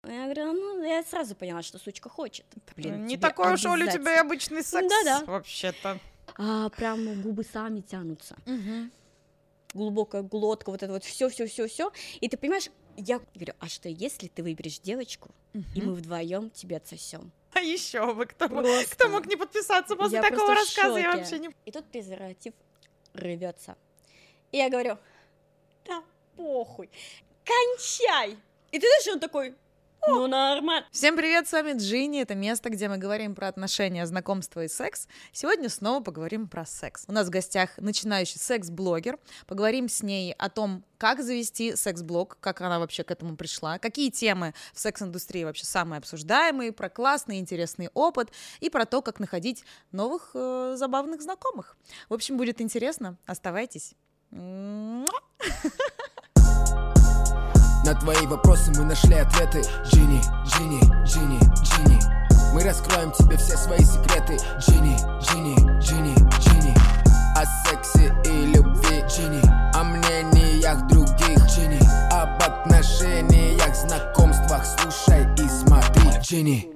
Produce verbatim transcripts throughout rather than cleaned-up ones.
Я говорю, ну, я сразу поняла, что сучка хочет. Блин, не такой уж, Оля, у тебя и обычный секс. Да-да. Вообще-то. А, прям губы сами тянутся. Угу. Глубокая глотка, вот это вот все-все-все-все. И ты понимаешь, я говорю, а что, если ты выберешь девочку, угу. и мы вдвоем тебе отсосем? А еще бы, кто, кто мог не подписаться после я такого рассказа? Я вообще не... И тут презерватив рвется. И я говорю, да похуй, кончай! И ты знаешь, он такой, ну нормально. Всем привет, с вами Джинни, это место, где мы говорим про отношения, знакомства и секс. Сегодня снова поговорим про секс. У нас в гостях начинающий секс-блогер. Поговорим с ней о том, как завести секс-блог, как она вообще к этому пришла, какие темы в секс-индустрии вообще самые обсуждаемые, про классный интересный опыт и про то, как находить новых э, забавных знакомых. В общем, будет интересно, оставайтесь. На твои вопросы мы нашли ответы. Джинни, Джинни, Джинни, Джинни. Мы раскроем тебе все свои секреты. Джинни, Джинни, Джинни, Джинни. О сексе и любви. Джинни. О мнениях других. Джинни. Об отношениях, знакомствах. Слушай и смотри. Джинни.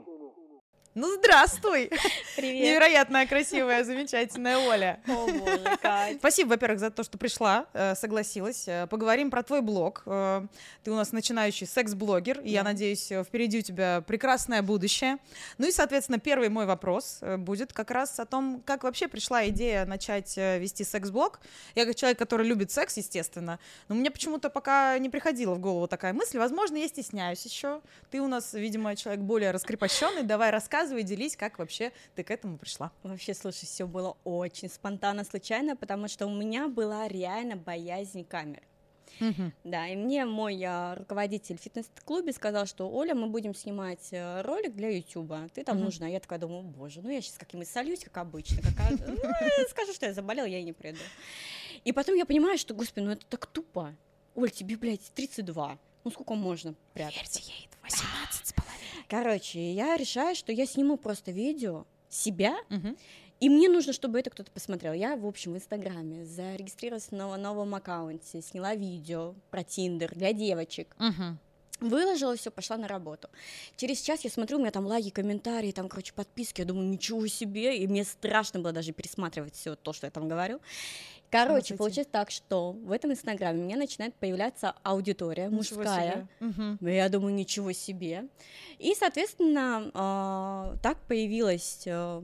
Ну, здравствуй! Привет! Невероятная, красивая, замечательная Оля. О, боже, Кать. Спасибо, во-первых, за то, что пришла, согласилась. Поговорим про твой блог. Ты у нас начинающий секс-блогер, и я надеюсь, впереди у тебя прекрасное будущее. Ну и, соответственно, первый мой вопрос будет как раз о том, как вообще пришла идея начать вести секс-блог. Я как человек, который любит секс, естественно, но мне почему-то пока не приходила в голову такая мысль. Возможно, я стесняюсь еще. Ты у нас, видимо, человек более раскрепощенный. Давай рассказывай. Делись, как вообще ты к этому пришла. Вообще, слушай, все было очень спонтанно, случайно, потому что у меня была реально боязнь камер. Uh-huh. Да, и мне мой а, руководитель в фитнес-клубе сказал, что Оля, мы будем снимать а, ролик для Ютуба, ты там uh-huh. нужна. Я такая думаю, боже, ну я сейчас как-нибудь сольюсь, как обычно, скажу, что я заболела, я и не приду. И потом я понимаю, что, господи, ну это так тупо. Оль, тебе, блядь, тридцать два. Ну сколько можно прятаться? Верьте ей, восемнадцать с половиной. Короче, я решаю, что я сниму просто видео себя, uh-huh. и мне нужно, чтобы это кто-то посмотрел. Я, в общем, в Инстаграме зарегистрировалась на новом аккаунте, сняла видео про Тиндер для девочек. Uh-huh. Выложила все, пошла на работу. Через час я смотрю, у меня там лайки, комментарии, там, короче, подписки. Я думаю, ничего себе, и мне страшно было даже пересматривать все то, что я там говорю. Короче, получается так, что в этом Инстаграме у меня начинает появляться аудитория ничего мужская. Угу. Я думаю, ничего себе. И, соответственно, э, так появилась э,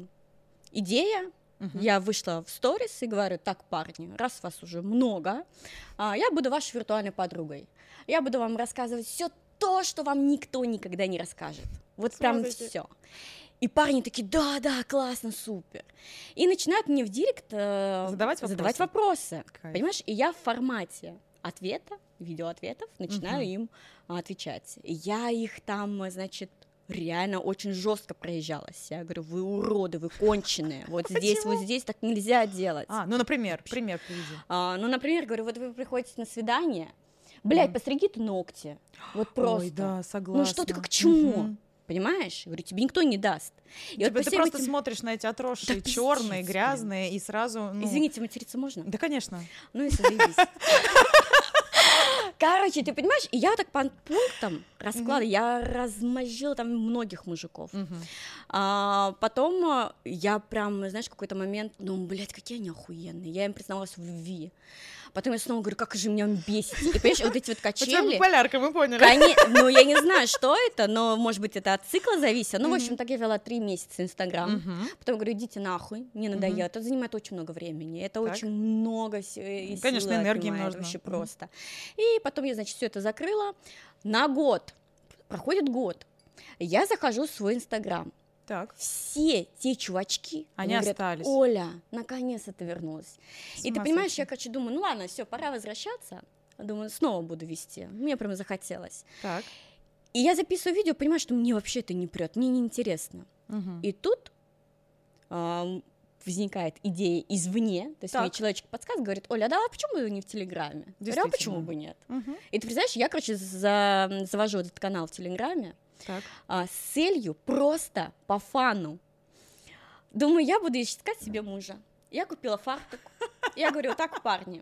идея. Uh-huh. Я вышла в сторис и говорю, так, парни, раз вас уже много, э, я буду вашей виртуальной подругой. Я буду вам рассказывать все то, что вам никто никогда не расскажет. Вот Смотрите. Прям все. И парни такие, да, да, классно, супер. И начинают мне в директ э, задавать вопросы. Задавать вопросы. Понимаешь, и я в формате ответа, видеоответов, начинаю uh-huh. им отвечать. Я их там, значит, реально очень жестко проезжалась. Я говорю, вы уроды, вы конченые. Вот здесь, вот здесь так нельзя делать. А, ну, например, пример приведи. А, ну, например, говорю, вот вы приходите на свидание, блядь, mm. постриги ты ногти. Вот просто. Ой, да, согласна. Ну, что ты к чему? Mm-hmm. Понимаешь? Я говорю, тебе никто не даст. И типа, вот ты просто этим... смотришь на эти отросшие, да, черные, пиздец, грязные, и сразу... Ну... Извините, материться можно? Да, конечно. Ну, если заебись. Короче, ты понимаешь, и я так по пунктам раскладываю, mm-hmm. я размозжила там многих мужиков. Mm-hmm. А, потом я прям, знаешь, в какой-то момент думаю, блядь, какие они охуенные. Я им призналась в любви. Потом я снова говорю, как же меня он бесит. И, понимаешь, вот эти вот качели... У тебя полярка, мы поняли. Кони... Ну, я не знаю, что это, но, может быть, это от цикла зависит. Ну, mm-hmm. в общем, так я вела три месяца Инстаграм. Mm-hmm. Потом говорю, идите нахуй, мне надоело. Mm-hmm. Это занимает очень много времени. Это так. очень много сил. Конечно, энергии нужно. Вообще mm-hmm. просто. И потом я, значит, все это закрыла. На год. Проходит год. Я захожу в свой Инстаграм. Так. Все те чувачки, они говорят, остались. Оля, наконец-то ты вернулась. И ты понимаешь, я, короче, думаю, ну ладно, все, пора возвращаться. Думаю, снова буду вести. Мне прям захотелось. Так. И я записываю видео, понимаю, что мне вообще это не прет, мне неинтересно. Угу. И тут э, возникает идея извне, то есть так. мне человечек подсказывает, говорит, Оля, а да, почему вы не в Телеграме? Я говорю, а почему бы нет? Угу. И ты представляешь, я, короче, за... завожу этот канал в Телеграме, так. А, с целью просто по фану. Думаю, я буду искать себе мужа. Я купила фартук. Я говорю, так, парни,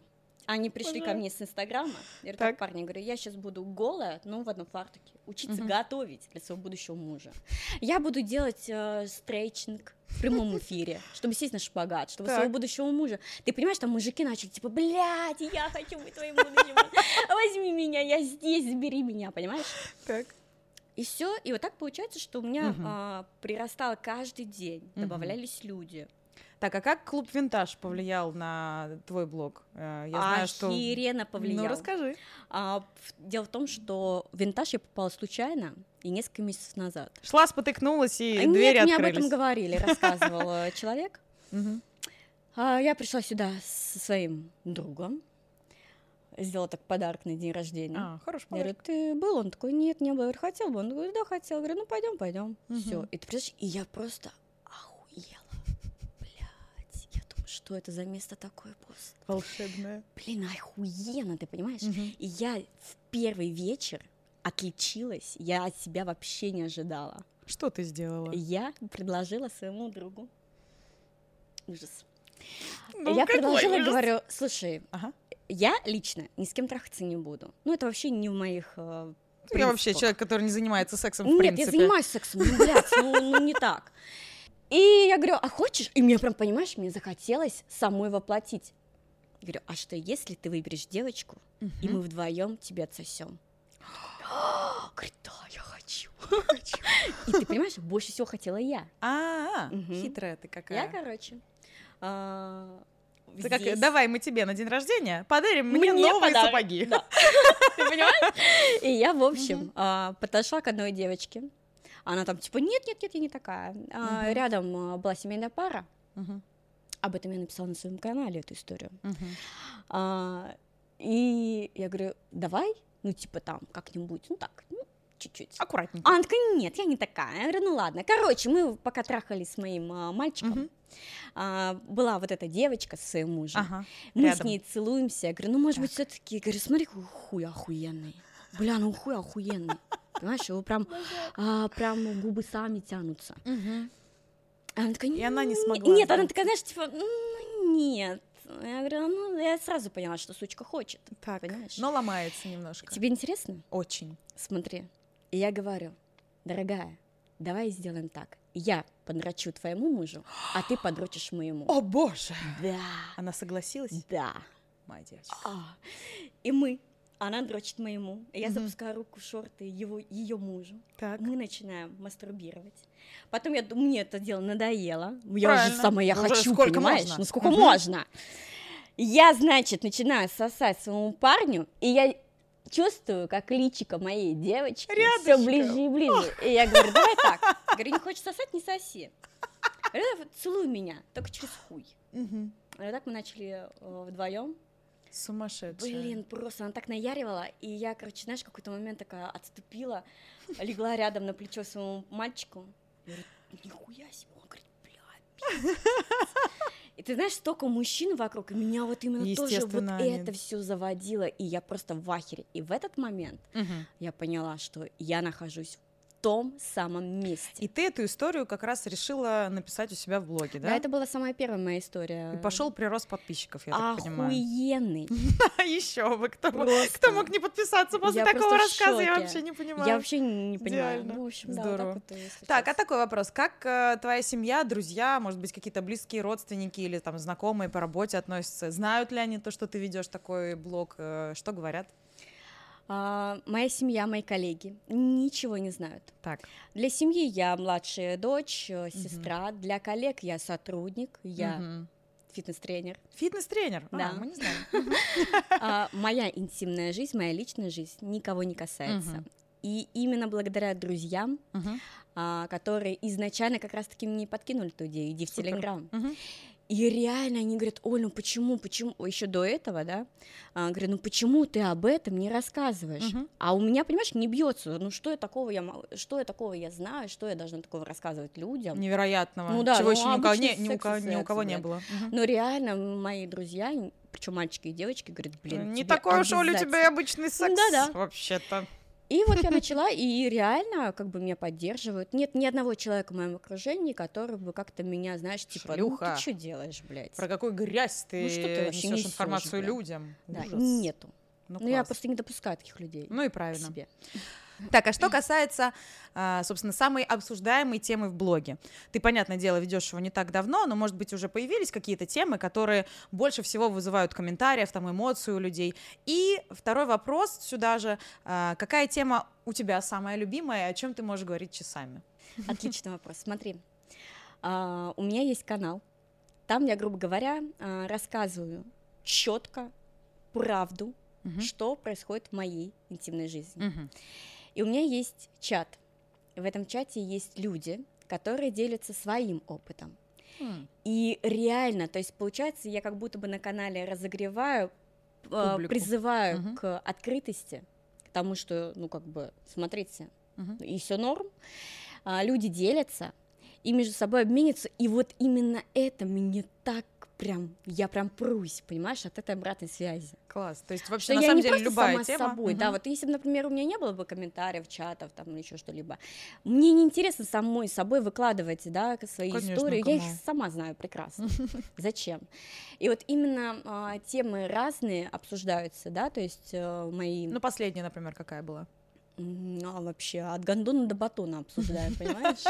Они пришли Боже. ко мне с Инстаграма. Я говорю, Так. так, парни, я говорю, я сейчас буду голая, ну, в одном фартуке, учиться Мгм. готовить для своего будущего мужа. Я буду делать э, стрейчинг в прямом эфире, чтобы сесть на шпагат, чтобы Так. своего будущего мужа. Ты понимаешь, там мужики начали, типа, блядь, я хочу быть твоим будущим мужем. Возьми меня, я здесь, забери меня, понимаешь? Так. И все, и вот так получается, что у меня Мгм. а, прирастало каждый день, Мгм. добавлялись люди. Так, а как клуб «Винтаж» повлиял на твой блог? Э, Я знаю, что... Охеренно повлиял. Ну, расскажи. А, в- дело в том, что в «Винтаж» я попала случайно и несколько месяцев назад. Шла, спотыкнулась, и А двери Нет, мне об открылись. этом говорили, рассказывал э, человек. Мгм. А, Я пришла сюда со своим другом, сделала так подарок на день рождения. А, хороший Я говорю, подарок. ты был? Он такой, нет, не был. Я говорю, хотел бы? Он говорит, да, хотел. Я говорю, ну пойдем, пойдем. Мгм. Все. И ты представляешь, и я просто охуела. Блядь, я думаю, что это за место такое просто? Волшебная. Блин, охуенно, ты понимаешь? Мгм. И я в первый вечер отличилась, я от себя вообще не ожидала. Что ты сделала? Я предложила своему другу. Ужас. Ну, я какой предложила и ужас. говорю, слушай, Ага. я лично ни с кем трахаться не буду. Ну, это вообще не в моих э, Я вообще принципах. человек, который не занимается сексом в Нет, принципе. я занимаюсь сексом, ну, блядь, ну, ну не так. И я говорю, а хочешь? И мне прям, понимаешь, мне захотелось самой воплотить. Я говорю, а что, если ты выберешь девочку, и мы вдвоем тебе отсосем? Говорит, да, я хочу. И ты понимаешь, больше всего хотела я. А, Мгм. хитрая ты какая. Я, короче, а, Ты как, здесь- давай мы тебе на день рождения подарим мне, Мне новые подарок, сапоги. да. Ты понимаешь? И я, в общем, а, подошла к одной девочке. Она там типа, нет-нет-нет, я не такая. А, Мгм. Рядом а, была семейная пара. Мгм. Об этом я написала на своем канале, эту историю. Мгм. А, И я говорю, давай, ну типа там как-нибудь, ну так, ну, чуть-чуть. Аккуратненько. А она такая, нет, я не такая. Я говорю, ну ладно. Короче, мы пока трахались с моим а, мальчиком, Мгм. а, была вот эта девочка со своим мужем. Ага. Мы рядом. с ней целуемся. Я говорю, ну, может быть, все-таки. Я говорю, смотри, какой хуй охуенный. Бля, ну хуй охуенный. Понимаешь, его прям, а, прям губы сами тянутся. Мгм. А она такая, И она не «М, смогла Нет, она сдаться. такая, знаешь, типа, «М, нет. Я говорю, ну, я сразу поняла, что сучка хочет. Так, Понимаешь? но ломается немножко. Тебе интересно? Очень. Смотри. И я говорю, дорогая, давай сделаем так. Я подрочу твоему мужу, а ты подрочишь моему. О, боже! Да, Она согласилась? да. Моя девочка. А, И мы, она дрочит моему, я Мгм. запускаю руку в шорты его, ее мужу. Так. Мы начинаем мастурбировать. Потом я думаю, мне это дело надоело. Я уже Правильно. сама, я Уже хочу, сколько понимаешь? можно? Ну сколько Мгм. можно? Я, значит, начинаю сосать своему парню, и я чувствую, как личико моей девочки все Рядышком. ближе и ближе. И я говорю, давай так. Говорю, не хочешь сосать, не соси. Говорю, «Давай, целуй меня, только через хуй. Мгм. И так мы начали э, вдвоем. Сумасшедшая. Блин, просто она так наяривала, и я, короче, знаешь, в какой-то момент такая отступила, легла рядом на плечо своему мальчику. Я говорю, нихуя себе. Он говорит, бля, пиздец. И ты знаешь, столько мужчин вокруг, и меня вот именно тоже вот Естественно, они- это все заводило, и я просто в ахере. И в этот момент Мгм. я поняла, что я нахожусь в том самом месте. И ты эту историю как раз решила написать у себя в блоге, Да, да? это была самая первая моя история. И пошел прирост подписчиков, я так понимаю. Охуенный. Еще бы, кто, мог- Просто. кто мог не подписаться после Я такого просто в рассказа, я шоке. вообще не понимаю. Я вообще не понимаю. Идеально. Ну, в общем, да, вот Здорово. так вот и случилось. Так, а такой вопрос. Как э, твоя семья, друзья, может быть, какие-то близкие родственники или там знакомые по работе относятся? Знают ли они то, что ты ведешь такой блог? Э, что говорят? А, моя семья, мои коллеги ничего не знают. Так. Для семьи я младшая дочь, э, сестра. Для коллег я сотрудник, я Мгм. фитнес-тренер. Фитнес-тренер? А, Да. мы не знаем. А, моя интимная жизнь, моя личная жизнь никого не касается. Мгм. И именно благодаря друзьям, Мгм. а, которые изначально как раз-таки мне подкинули эту идею, иди в Супер. Телеграм. Мгм. И реально они говорят, Оль, ну почему, почему, еще до этого, да, а, говорят, ну почему ты об этом не рассказываешь? Мгм. А у меня, понимаешь, не бьется, ну что я такого я, мо- что я такого я знаю, что я должна такого рассказывать людям? Невероятного. Ну да, Чего ну, еще ни у кого, не, обычный ни у кого, секс и ни у секс, кого не блядь. было. Мгм. Но реально мои друзья, причем мальчики и девочки, говорят, блин, Не тебе такой уж, Оля, у тебя и обязательно». обычный секс Да-да. вообще-то. И вот я начала, и реально как бы меня поддерживают. Нет ни одного человека в моем окружении, который бы как-то меня, знаешь, типа, Шлюха. ну ты что делаешь, блядь? Про какую грязь ты, Ну, что ты вообще несешь несёшь, информацию бля? людям. Да, Ужас. нету. Ну, Ну, я класс. просто не допускаю таких людей Ну и к правильно. себе. Так, а что касается, а, собственно, самой обсуждаемой темы в блоге. Ты, понятное дело, ведешь его не так давно, но, может быть, уже появились какие-то темы, которые больше всего вызывают комментариев, там, эмоций у людей. И второй вопрос сюда же. а, Какая тема у тебя самая любимая, о чем ты можешь говорить часами? Отличный вопрос. Смотри, а, у меня есть канал. Там я, грубо говоря, а, рассказываю четко правду, Мгм. что происходит в моей интимной жизни. Мгм. И у меня есть чат. В этом чате есть люди, которые делятся своим опытом. М. И реально, то есть получается, я как будто бы на канале разогреваю, э, Публику. призываю Мгм. к открытости, к тому, что, ну, как бы, смотрите, Мгм. и все норм. А, люди делятся и между собой обменятся, и вот именно это мне так прям, я прям прусь, понимаешь, от этой обратной связи. Класс. То есть вообще, Что на я самом не деле, просто любая сама тема. собой, Мгм. да, вот если бы, например, у меня не было бы комментариев, чатов, там, или еще что-либо, мне неинтересно самой собой выкладывать, да, свои Конечно, истории, я их кому? сама знаю прекрасно, зачем. И вот именно а, темы разные обсуждаются, да, то есть э, мои, Ну, последняя, например, какая была? м, ну, а вообще от гондона до батона обсуждаем, понимаешь?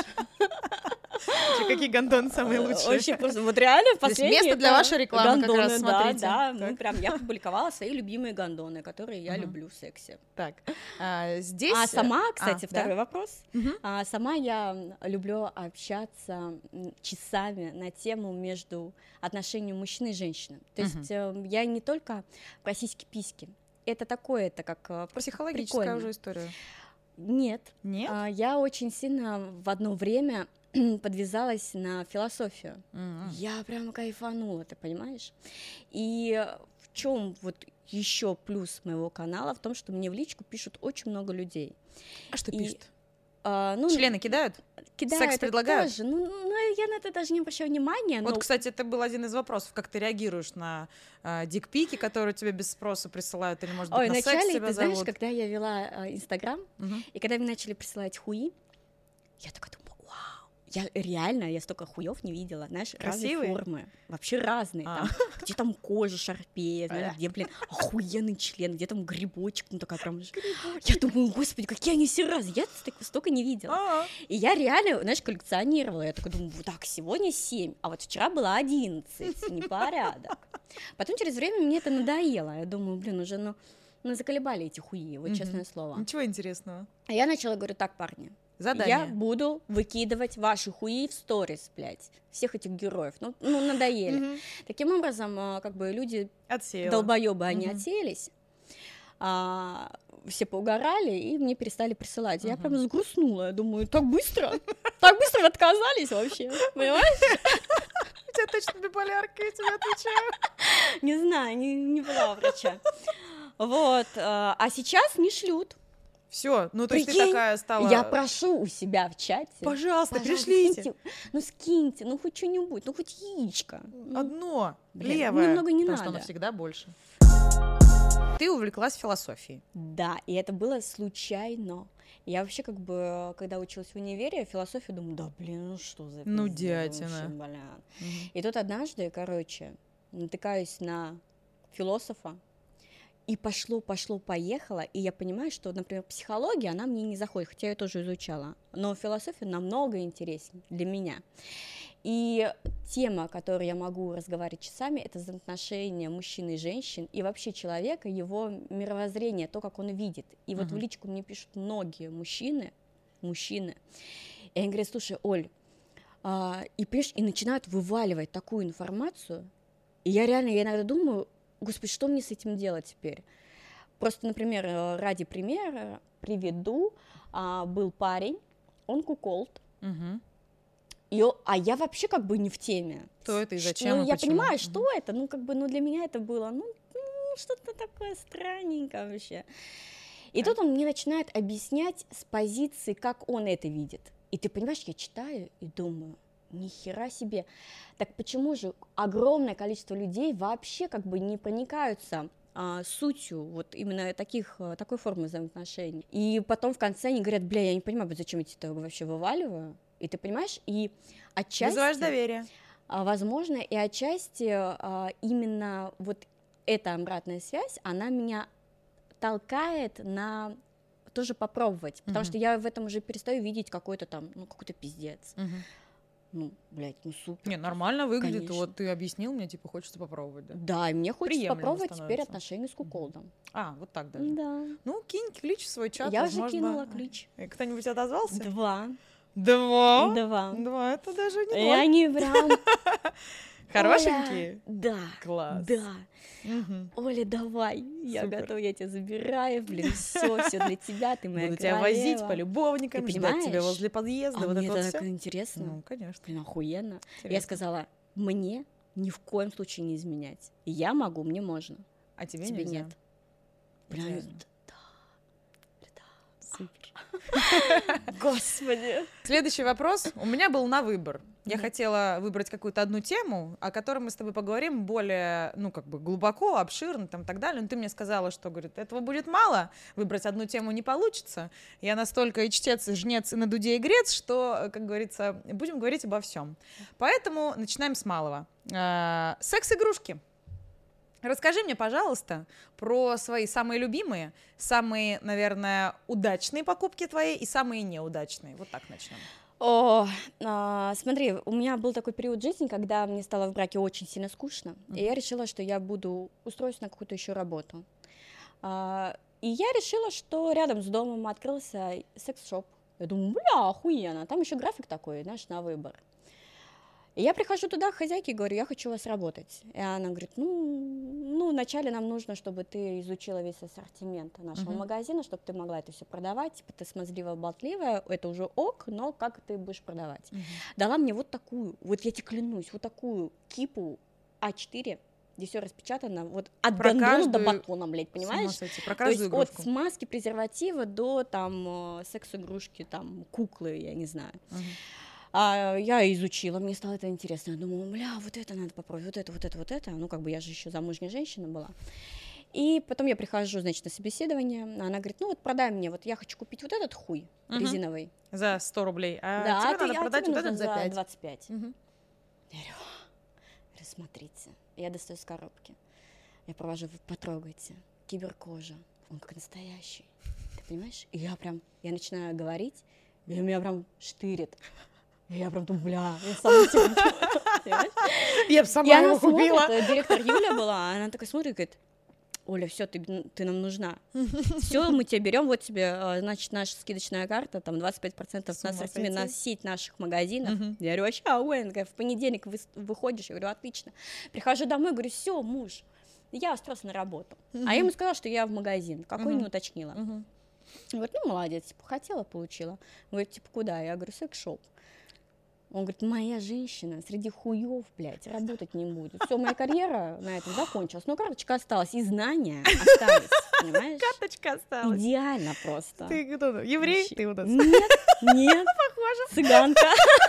Какие гондоны самые лучшие? Вообще просто, вот реально в То есть последнее место для это вашей рекламы как раз, гондоны, смотрите. да, да, Так. ну прям я публиковала свои любимые гондоны, которые я Ага. люблю в сексе. Так, а, здесь... А сама, а, кстати, да? второй вопрос. Мгм. А сама я люблю общаться м, часами на тему между отношением мужчины и женщины. То Мгм. есть э, я не только про сиськи-письки. Это такое, это как э, просто Психологическая прикольно. уже история. Нет. Нет? А, я очень сильно в одно время подвязалась на философию. М. Я прям кайфанула, ты понимаешь? И в чем вот еще плюс моего канала в том, что мне в личку пишут очень много людей. А что И, пишут? а, ну, Члены кидают? кидают секс это предлагают? тоже. Ну, ну, я на это даже не обращаю внимания. Вот, но кстати, это был один из вопросов, как ты реагируешь на а, дикпики, которые тебе без спроса присылают, или, может быть, Ой, на секс вначале, тебя ты знаешь, зовут? когда я вела а, Инстаграм, Мгм. и когда мне начали присылать хуи, я такая думаю, вау, я реально, я столько хуев не видела, знаешь, Красивые? разные формы, вообще разные, А. там, где там кожа шарпеет, знаешь, Да. где, блин, охуенный член, где там грибочек, ну такая прям, я думаю, господи, какие они все разные, я столько, столько не видела. А, И я реально, знаешь, коллекционировала. Я такая думаю, вот так, сегодня семь, а вот вчера было одиннадцать, непорядок. Потом через время мне это надоело. Я думаю, блин, уже, ну, ну заколебали эти хуи, вот Мгм. честное слово. Ничего интересного. А я начала, говорю, так, парни, Задание. я буду выкидывать ваши хуи в сторис, блядь, всех этих героев. Ну, ну надоели. Мгм. Таким образом, а, как бы люди, Отсеяла. долбоебы, они Мгм. отсеялись. А, все поугорали и мне перестали присылать. Я Мгм. прям сгрустнула. Я думаю, так быстро? Так быстро вы отказались вообще? Понимаешь? У тебя точно биполярка, я тебе отвечаю. Не знаю, не, не была у врача. Вот. а а сейчас не шлют. Все, ну то есть ты Прикинь, такая стала... Я прошу у себя в чате. Пожалуйста, Пожалуйста, пришлите. скиньте, ну скиньте, ну хоть что-нибудь, ну хоть яичко. Ну, Одно, Блин, левое. немного не потому что надо. оно всегда больше. Ты увлеклась философией. Да, и это было случайно. Я вообще как бы, когда училась в универе, философию думаю, да блин, ну что за Ну, пиздец дятина. вообще, блин. И тут однажды, короче, натыкаюсь на философа, и пошло, пошло, поехало, и я понимаю, что, например, психология, она мне не заходит, хотя я ее тоже изучала, но философия намного интереснее для меня. И тема, о которой я могу разговаривать часами, это взаимоотношения мужчины и женщин, и вообще человека, его мировоззрение, то, как он видит. И вот Мгм. в личку мне пишут многие мужчины, мужчины, и они говорят, слушай, Оль, а, и, понимаешь, и начинают вываливать такую информацию, и я реально, я иногда думаю, господи, что мне с этим делать теперь? Просто, например, э, ради примера приведу, а, был парень, он куколд, Мгм. и, о- а я вообще как бы не в теме. Кто это и Ш- зачем, Ну, и я почему? понимаю, Мгм. что это, ну, как бы, ну, для меня это было, ну, ну, что-то такое странненькое вообще. И тут он мне начинает объяснять с позиции, как он это видит. И ты понимаешь, я читаю и думаю, ни хера себе. Так почему же огромное количество людей вообще как бы не проникаются а, сутью вот именно таких, такой формы взаимоотношений. И потом в конце они говорят, бля, я не понимаю, зачем я тебе это вообще вываливаю. И ты понимаешь, и отчасти... Вызываешь доверие. А, возможно, и отчасти а, именно вот эта обратная связь, она меня толкает на тоже попробовать, потому uh-huh. что я в этом уже перестаю видеть какой-то там, ну, какой-то пиздец. Uh-huh. Ну, блядь, ну супер. Не, нормально выглядит, Конечно. Вот ты объяснил мне, типа, хочется попробовать, да? Да, и мне хочется Приемлемо попробовать становится. теперь отношения с куколдом. А, вот так даже? Да. Ну, кинь клич в свой чат, Я возможно... уже кинула клич. Кто-нибудь отозвался? Два. Два? Два. Два, это даже не И они прям... Хорошенькие? Оля, да. Класс. Да. Угу. Оля, давай, я Супер. готова, я тебя забираю, блин, все, все для тебя, ты моя Буду королева. тебя возить по любовникам, Ты ждать понимаешь? тебя возле подъезда, А вот мне это вот это всё. так интересно. Ну, конечно. Блин, охуенно. Интересно. Я сказала, мне ни в коем случае не изменять. Я могу, мне можно. А тебе, Тебе нельзя? нет. Блин, Идеально. да, да. Супер. Господи. Следующий вопрос у меня был на выбор. Я хотела выбрать какую-то одну тему, о которой мы с тобой поговорим более, ну, как бы глубоко, обширно, там, и так далее. Но ты мне сказала, что, говорит, этого будет мало, выбрать одну тему не получится. Я настолько и чтец, и жнец, и на дуде, и грец, что, как говорится, будем говорить обо всем. Поэтому начинаем с малого. А, секс-игрушки. Расскажи мне, пожалуйста, про свои самые любимые, самые, наверное, удачные покупки твои и самые неудачные. Вот так начнем. О, а, смотри, у меня был такой период жизни, когда мне стало в браке очень сильно скучно, mm-hmm. и я решила, что я буду устроюсь на какую-то еще работу. А, и я решила, что рядом с домом открылся секс-шоп. Я думаю, бля, охуенно, там еще график такой, знаешь, на выбор. И я прихожу туда к хозяйке и говорю, я хочу у вас работать. И она говорит, ну, ну, вначале нам нужно, чтобы ты изучила весь ассортимент нашего uh-huh. магазина, чтобы ты могла это все продавать. Типа ты смазливая, болтливая, это уже ок, но как ты будешь продавать? Uh-huh. Дала мне вот такую, вот я тебе клянусь, вот такую кипу а четыре, где все распечатано, вот от гандона до батона, блядь, понимаешь? Про То есть игрушку. от смазки, презерватива до там секс-игрушки, там куклы, я не знаю. Uh-huh. А я изучила, мне стало это интересно. Я думала, бля, вот это надо попробовать, вот это, вот это, вот это. Ну, как бы я же еще замужняя женщина была. И потом я прихожу, значит, на собеседование. Она говорит, ну вот продай мне, вот я хочу купить вот этот хуй uh-huh. резиновый. За сто рублей. А да, тебе а надо ты, продать а вот этот за пять. двадцать пять. Uh-huh. Я говорю, говорю, смотрите. Я достаю с коробки. Я провожу, вы потрогайте. Киберкожа. Он как настоящий. Ты понимаешь? И я прям, я начинаю говорить, и меня прям штырит. Я прям думаю, бля, я сама себе... Я бы сама его купила. Директор Юля была, она такая смотрит и говорит, Оля, все, ты, ты нам нужна. Все, мы тебя берем, вот тебе, значит, наша скидочная карта, там двадцать пять процентов на ассортимент, на сеть наших магазинов. Uh-huh. Я говорю, вообще, ауэн, в понедельник вы, выходишь, я говорю, отлично. Прихожу домой, говорю, все, муж, я устроился на работу. Uh-huh. А я ему сказала, что я в магазин, какой uh-huh. не уточнила. Uh-huh. Говорит, ну, молодец, типа, хотела, получила. Говорит, типа, куда? Я говорю, секс-шоп. Он говорит, моя женщина среди хуев, блядь, работать не будет. Все, моя карьера на этом закончилась. Но карточка осталась, и знания остались, понимаешь? Карточка осталась. Идеально просто. Ты кто? Еврей? Ты у нас? Нет, нет. Похоже. Цыганка.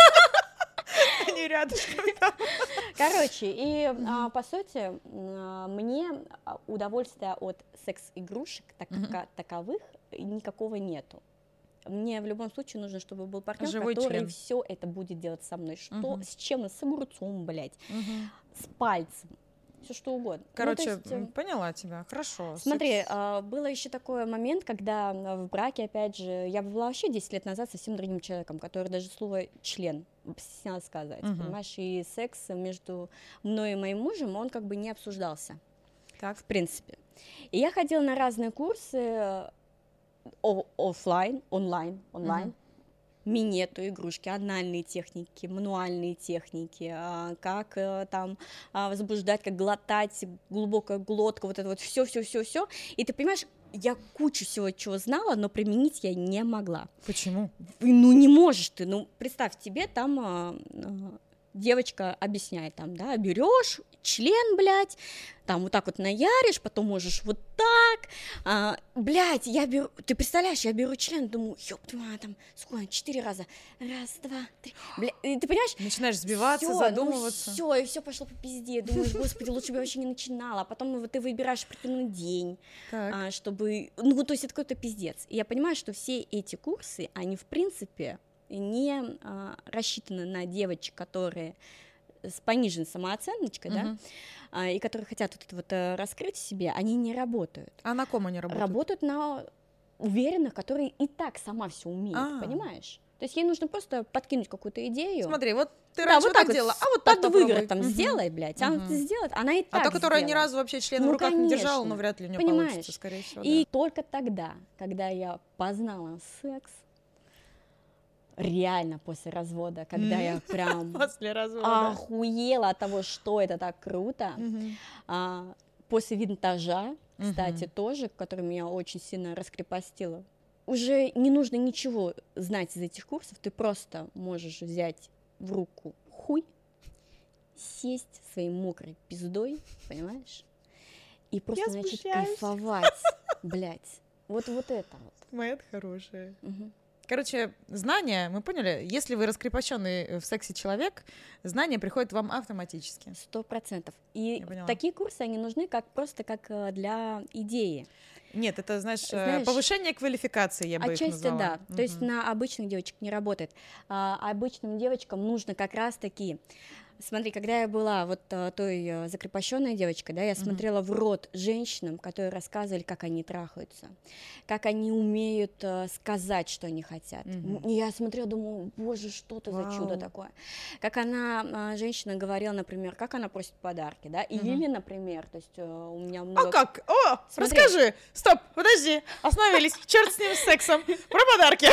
Они рядышком. Короче, и а, по сути, а, мне удовольствия от секс-игрушек так, mm-hmm. таковых никакого нету. Мне в любом случае нужно, чтобы был партнер, живой который член. Все это будет делать со мной. Что, uh-huh. с чем? С огурцом, блядь, uh-huh. с пальцем, все что угодно. Короче, ну, есть, поняла тебя, хорошо. Смотри, секс... а, было еще такой момент, когда в браке, опять же, я была вообще десять лет назад совсем другим человеком, который даже слово «член» стеснялась сказать, uh-huh. понимаешь, и секс между мной и моим мужем, он как бы не обсуждался, так. в принципе. И я ходила на разные курсы, О- офлайн, онлайн, онлайн, uh-huh. минету, игрушки, анальные техники, мануальные техники, а, как а, там а, возбуждать, как глотать, глубокая глотка, вот это вот все-все-все-все. И ты понимаешь, я кучу всего чего знала, но применить я не могла. Почему? Ну не можешь ты, ну представь, тебе там а, а, девочка объясняет там, да, берешь член, блядь, там вот так вот наяришь, потом можешь вот так, а, блядь, я беру, ты представляешь, я беру член, думаю, ёб твою мать, там, сколько, четыре раза, раз, два, три, блядь, и ты понимаешь? Начинаешь сбиваться, всё, задумываться. Ну, все, и все пошло по пизде, думаешь, господи, лучше бы я вообще не начинала, а потом вот ты выбираешь определенный день, а, чтобы, ну, вот, то есть это какой-то пиздец, и я понимаю, что все эти курсы, они, в принципе, не а, рассчитаны на девочек, которые с пониженной самооценочкой, uh-huh. да, а, и которые хотят вот это вот а, раскрыть в себе, они не работают. А на ком они работают? Работают на уверенных, которые и так сама все умеют, А-а-а. Понимаешь? То есть ей нужно просто подкинуть какую-то идею. Смотри, вот ты да, раньше вот так вот делала, вот а вот так под выворотом угу. сделай, блядь, а uh-huh. она сделает, она и так А та, которая сделает. ни разу вообще член ну, в руках конечно. не держала, но вряд ли у нее Понимаешь? Получится, скорее всего. И да. только тогда, когда я познала секс, реально после развода, когда я прям после развода. охуела от того, что это так круто, uh-huh. а, после винтажа, кстати, uh-huh. тоже, который меня очень сильно раскрепостило, уже не нужно ничего знать из этих курсов, ты просто можешь взять в руку хуй, сесть своей мокрой пиздой, понимаешь, и просто я начать смущаюсь. кайфовать, блядь, вот, вот это вот. Моя хорошая. Угу. Короче, знания, мы поняли, если вы раскрепощенный в сексе человек, знания приходят вам автоматически. Сто процентов. И такие курсы, они нужны как просто как для идеи. Нет, это, знаешь, знаешь повышение квалификации, я бы отчасти их назвала. Да, угу. то есть на обычных девочек не работает. А обычным девочкам нужно как раз-таки... Смотри, когда я была вот той закрепощенной девочкой, да, я uh-huh. смотрела в рот женщинам, которые рассказывали, как они трахаются, как они умеют uh, сказать, что они хотят. Uh-huh. И я смотрела, думаю, боже, что это wow. за чудо такое. Как она, uh, женщина говорила, например, как она просит подарки, да, uh-huh. или, например, то есть uh, у меня много... А как? О, смотри. Расскажи! Стоп, подожди, остановились, черт с ним с сексом, про подарки.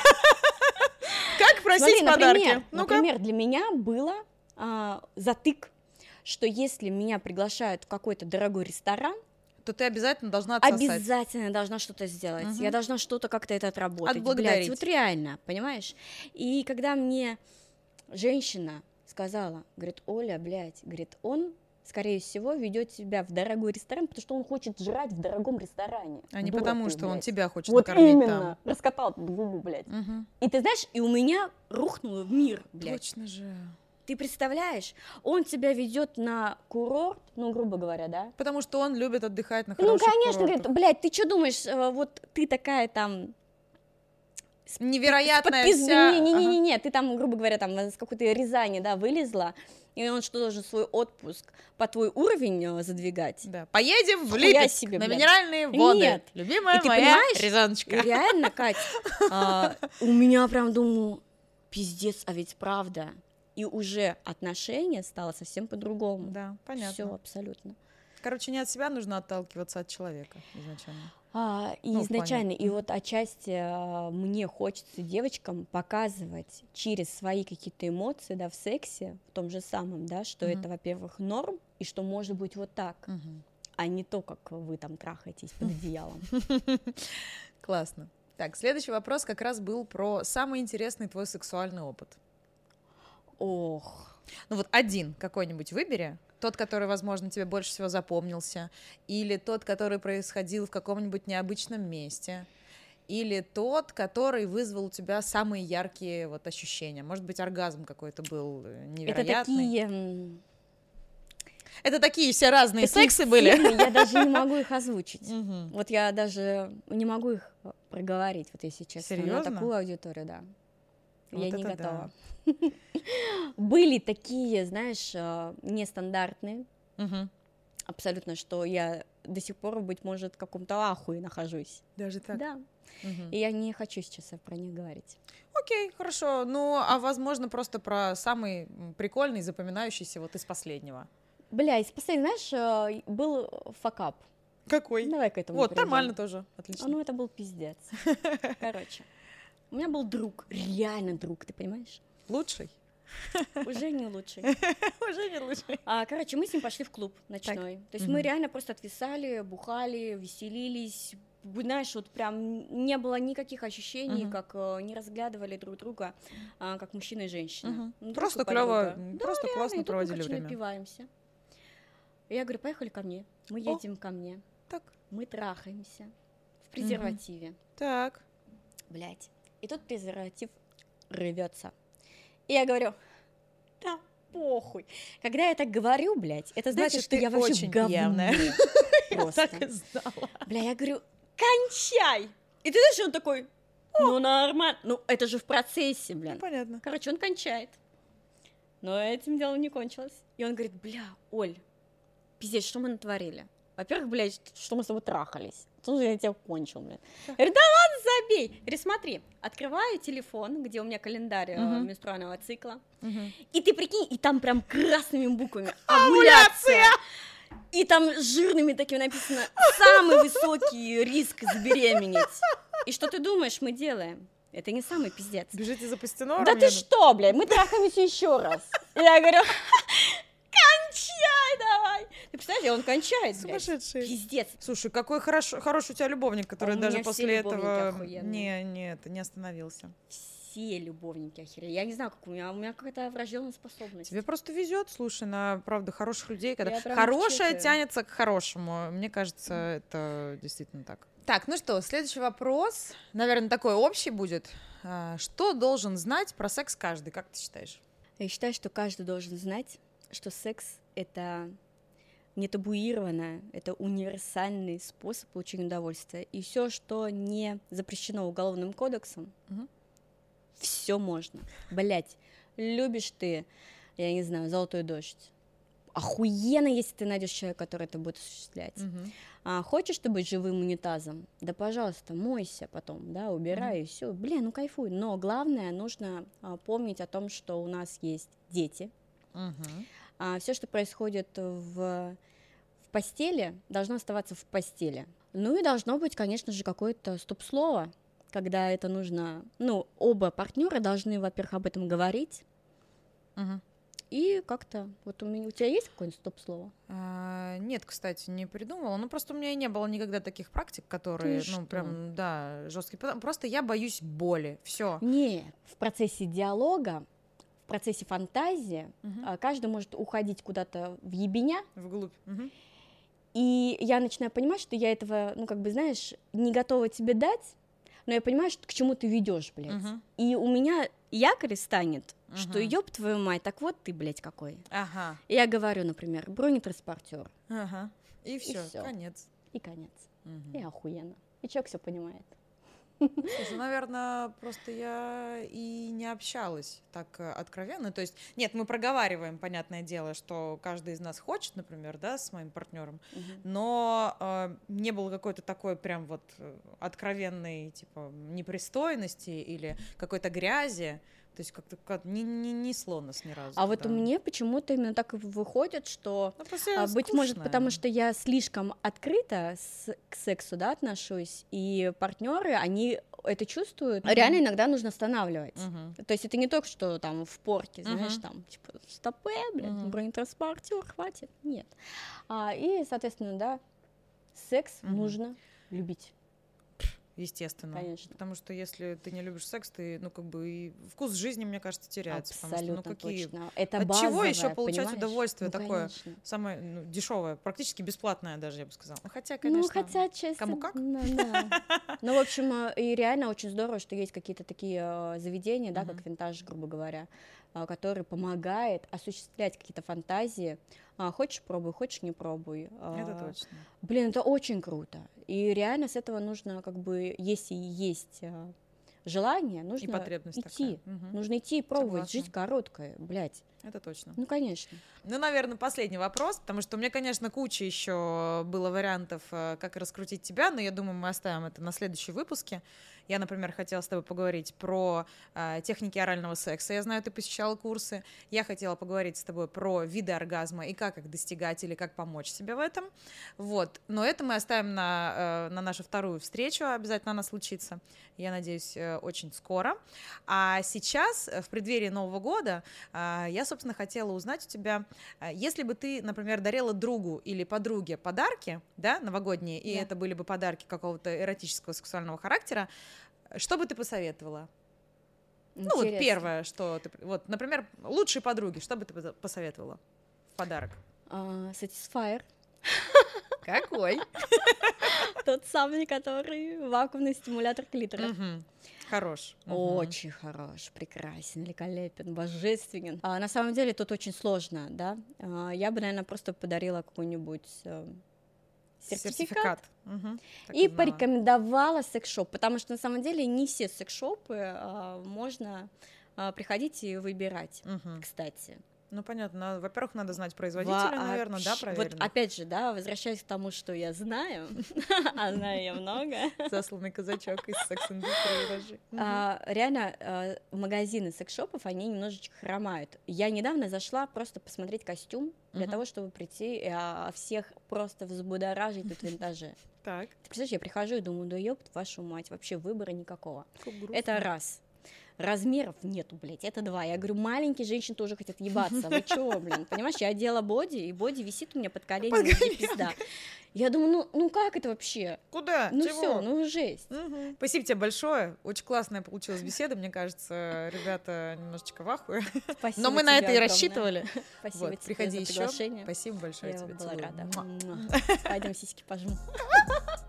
Как просить подарки? Например, для меня было... А, затык, что если меня приглашают в какой-то дорогой ресторан, то ты обязательно должна отсосать. Обязательно должна что-то сделать. Угу. Я должна что-то как-то это отработать. Отблагодарить. Блядь, вот реально, понимаешь? И когда мне женщина сказала, говорит, Оля, блядь, говорит, он, скорее всего, ведет себя в дорогой ресторан, потому что он хочет жрать в дорогом ресторане. А не Дура потому, ты, что блядь. Он тебя хочет вот накормить именно. там. Раскатал губу, блядь. Угу. И ты знаешь, и у меня рухнуло в мир, блядь. Точно же. Ты представляешь, он тебя ведет на курорт, ну, грубо говоря, да? Потому что он любит отдыхать на хороших курортах. Ну, конечно, курортах. говорит, блядь, ты что думаешь, вот ты такая там... Невероятная пизды, вся... Не-не-не, ага. Ты там, грубо говоря, там с какой-то Рязани, да, вылезла, и он что, должен свой отпуск по твой уровень задвигать? Да. Поедем в Липецк себе, на блядь. Минеральные воды. Нет. Любимая и моя Рязаночка. И реально, Кать, а, у меня прям, думаю, пиздец, а ведь правда... И уже отношение стало совсем по-другому. Да, понятно. Все абсолютно. Короче, не от себя нужно отталкиваться, от человека изначально. А, и ну, изначально, и вот отчасти а, мне хочется девочкам показывать через свои какие-то эмоции, да, в сексе, в том же самом, да, что uh-huh. это, во-первых, норм, и что может быть вот так, uh-huh. а не то, как вы там трахаетесь под одеялом. Классно. Так, следующий вопрос как раз был про самый интересный твой сексуальный опыт. Ох. Ну вот один какой-нибудь выбери, тот, который, возможно, тебе больше всего запомнился, или тот, который происходил в каком-нибудь необычном месте, или тот, который вызвал у тебя самые яркие вот ощущения. Может быть, оргазм какой-то был невероятный. Это такие... Это такие все разные такие сексы были. Я даже не могу их озвучить. Угу. Вот я даже не могу их проговорить, вот если честно. Серьезно? На такую аудиторию, да. Вот я не готова. Да. Были такие, знаешь, нестандартные, угу. абсолютно, что я до сих пор, быть может, в каком-то ахуе нахожусь. Даже так? Да. Угу. И я не хочу сейчас про них говорить. Окей, хорошо. Ну, а возможно, просто про самый прикольный, запоминающийся вот из последнего. Бля, из последнего, знаешь, был факап. Какой? Давай к этому Вот, перейдем. нормально тоже, отлично. А, ну, это был пиздец. Короче, у меня был друг, реально друг, ты понимаешь? Лучший? Уже не лучший. Уже не лучший. А, короче, мы с ним пошли в клуб ночной. Так. То есть mm-hmm. мы реально просто отвисали, бухали, веселились, знаешь, вот прям не было никаких ощущений, Мгм. как э, не разглядывали друг друга, а, как мужчина и женщина. Мгм. Ну, друг Просто и подруга. клево, Да, просто реально, классно и тут мы, проводили короче, время. напиваемся. И я говорю, поехали ко мне. Мы О. едем ко мне. Так, Мы трахаемся в презервативе. так. Блять. И тут презерватив рвется. И я говорю, да похуй. Когда я так говорю, блядь, это значит, Значит, что ты я вообще очень говно. пьяная. Просто. Так и знала. Бля, я говорю, кончай! И ты знаешь, он такой, ну нормально. Ну, это же в процессе, блин. Понятно. Короче, он кончает. Но этим дело не кончилось. И он говорит, бля, Оль, пиздец, что мы натворили? Во-первых, блядь, что мы с тобой трахались. Тут же я тебя кончил, блядь. Я говорю, да ладно, забей. Я говорю, смотри, открываю телефон, где у меня календарь Мгм. э, менструального цикла. Мгм. И ты прикинь, и там прям красными буквами овуляция. И там жирными такими написано самый высокий риск забеременеть. И что ты думаешь, мы делаем? Это не самый пиздец. Бежите за пастенором? Да я ты думаю. что, блядь, мы трахаемся еще раз. Я говорю, кончай давай. Ты представляешь, он кончает, блядь. Сумасшедший. Пиздец. Слушай, какой хорош, хороший у тебя любовник, который А у даже меня все после любовники этого охуенные. не, не, это, не остановился. Все любовники охерели. Я не знаю, как у меня, у меня какая-то врожденная способность. Тебе просто везет, слушай, на, правда, хороших людей, когда Я прям хорошее чекаю. тянется к хорошему. Мне кажется, это действительно так. Так, ну что, следующий вопрос, наверное, такой общий будет. А, Что должен знать про секс каждый, как ты считаешь? Я считаю, что каждый должен знать, что секс — это не табуированное, это универсальный способ получения удовольствия. И все, что не запрещено уголовным кодексом, Мгм. все можно. Блять, любишь ты, я не знаю, «Золотой дождь». Охуенно, если ты найдешь человека, который это будет осуществлять. Мгм. А хочешь ты быть живым унитазом? Да, пожалуйста, мойся потом, да, убирай, и все. Блин, ну кайфуй. Но главное, нужно а, помнить о том, что у нас есть дети. Мгм. Все, что происходит в, в постели, должно оставаться в постели. Ну и должно быть, конечно же, какое-то стоп-слово, когда это нужно. Ну, оба партнера должны, во-первых, об этом говорить. Мгм. И как-то, вот у меня, у тебя есть какое-нибудь стоп-слово? А, Нет, кстати, не придумала. Ну, просто у меня и не было никогда таких практик, которые, Ты ну, что? прям, да, жесткие. Потому- Просто я боюсь боли. Все. Нет, в процессе диалога, в процессе фантазии Мгм. а, каждый может уходить куда-то в ебеня, Вглубь. Мгм. и я начинаю понимать, что я этого, ну, как бы, знаешь, не готова тебе дать, но я понимаю, что, к чему ты ведешь, блядь. Мгм. И у меня якорь станет, что Мгм. ёб твою мать, так вот ты, блядь, какой. Ага. И я говорю, например, бронетранспортер, Ага. И все, всё. конец. и конец. Мгм. И охуенно. И человек все понимает. Слушай, наверное, просто я и не общалась так э, откровенно. То есть, нет, мы проговариваем, понятное дело, что каждый из нас хочет, например, да, с моим партнером, Мгм. но э, не было какой-то такой прям вот э, откровенной, типа, непристойности или какой-то грязи. То есть как-то как- не, не несло нас ни разу. А вот у туда. меня почему-то именно так и выходит, что Ну, просто я А, быть может, скучная. потому что я слишком открыто с- к сексу, да, отношусь, и партнеры, они это чувствуют. Мгм. Реально иногда нужно останавливать. Мгм. То есть это не только что там в порке, знаешь, Мгм. там типа стопэ, блядь, Мгм. бронетранспортер, хватит, нет. А, и, соответственно, да, секс Мгм. нужно любить. Естественно. Конечно. Потому что если ты не любишь секс, ты, ну, как бы, и вкус жизни, мне кажется, теряется. Потому что, Абсолютно ну, какие... точно. Это От чего базовое, еще получать понимаешь? удовольствие Ну, такое? конечно. Самое ну, дешевое, практически бесплатное даже, я бы сказала. Ну, хотя, конечно, Ну, хотя, честно, кому как. ну, да. Ну, в общем, э, и реально очень здорово, что есть какие-то такие э, заведения, да, Мгм. как винтаж, грубо говоря, э, который помогает осуществлять какие-то фантазии. А, хочешь — пробуй, хочешь — не пробуй. это А, точно. Блин, это очень круто. И реально с этого нужно, как бы, если есть э, желание, И нужно потребность идти. такая. Мгм. Нужно идти и пробовать. Согласна. Жизнь короткая, блядь. Это точно. Ну, конечно. Ну, наверное, последний вопрос, потому что у меня, конечно, куча еще было вариантов, э, как раскрутить тебя, но я думаю, мы оставим это на следующем выпуске. Я, например, хотела с тобой поговорить про э, техники орального секса. Я знаю, ты посещала курсы. Я хотела поговорить с тобой про виды оргазма и как их достигать или как помочь себе в этом. Вот. Но это мы оставим на, э, на нашу вторую встречу. Обязательно она случится. Я надеюсь, э, очень скоро. А сейчас, э, в преддверии Нового года, э, я, собственно, собственно, хотела узнать у тебя, если бы ты, например, дарила другу или подруге подарки, да, новогодние, и Да. это были бы подарки какого-то эротического, сексуального характера, что бы ты посоветовала? Ну, вот Интересно. первое, что ты... Вот, например, лучшей подруге, что бы ты посоветовала в подарок? А, Satisfyer. Какой? Тот самый, который вакуумный стимулятор клитора. Мгм. Хорош. Мгм. Очень хорош, прекрасен, великолепен, божественен. А, на самом деле тут очень сложно, да. А, я бы, наверное, просто подарила какой-нибудь э, сертификат, Мгм. Так и знала. порекомендовала секс-шоп, потому что на самом деле не все секс-шопы а, можно а, приходить и выбирать, Мгм. кстати. Ну, понятно. Во-первых, надо знать производителя, наверное, да, Вообще- проверено. Вот опять же, да, возвращаясь к тому, что я знаю, а знаю я много. Засланный казачок из секс-индустрии даже. А, реально, а, магазины секс-шопов, они немножечко хромают. Я недавно зашла просто посмотреть костюм для Мгм. того, чтобы прийти и а, всех просто взбудоражить тут в винтаже. Так. Ты представляешь, я прихожу и думаю, да ёпт вашу мать, вообще выбора никакого. Как грустно. Это раз. Размеров нету, блядь, это два. Я говорю, маленькие женщины тоже хотят ебаться. Вы чё, блин? Понимаешь, я одела боди, и боди висит у меня под коленями, где пизда. Я думаю, ну, ну как это вообще? Куда? Ну Чего? все, ну жесть. Мгм. Спасибо тебе большое. Очень классная получилась беседа. Мне кажется, ребята немножечко в ахуе. Спасибо Но мы на тебе это и огромное. рассчитывали. Спасибо Вот, тебе приходи за еще. приглашение. Спасибо большое Я тебе. была Целую. рада. Муа. Муа. Пойдем сиськи пожму.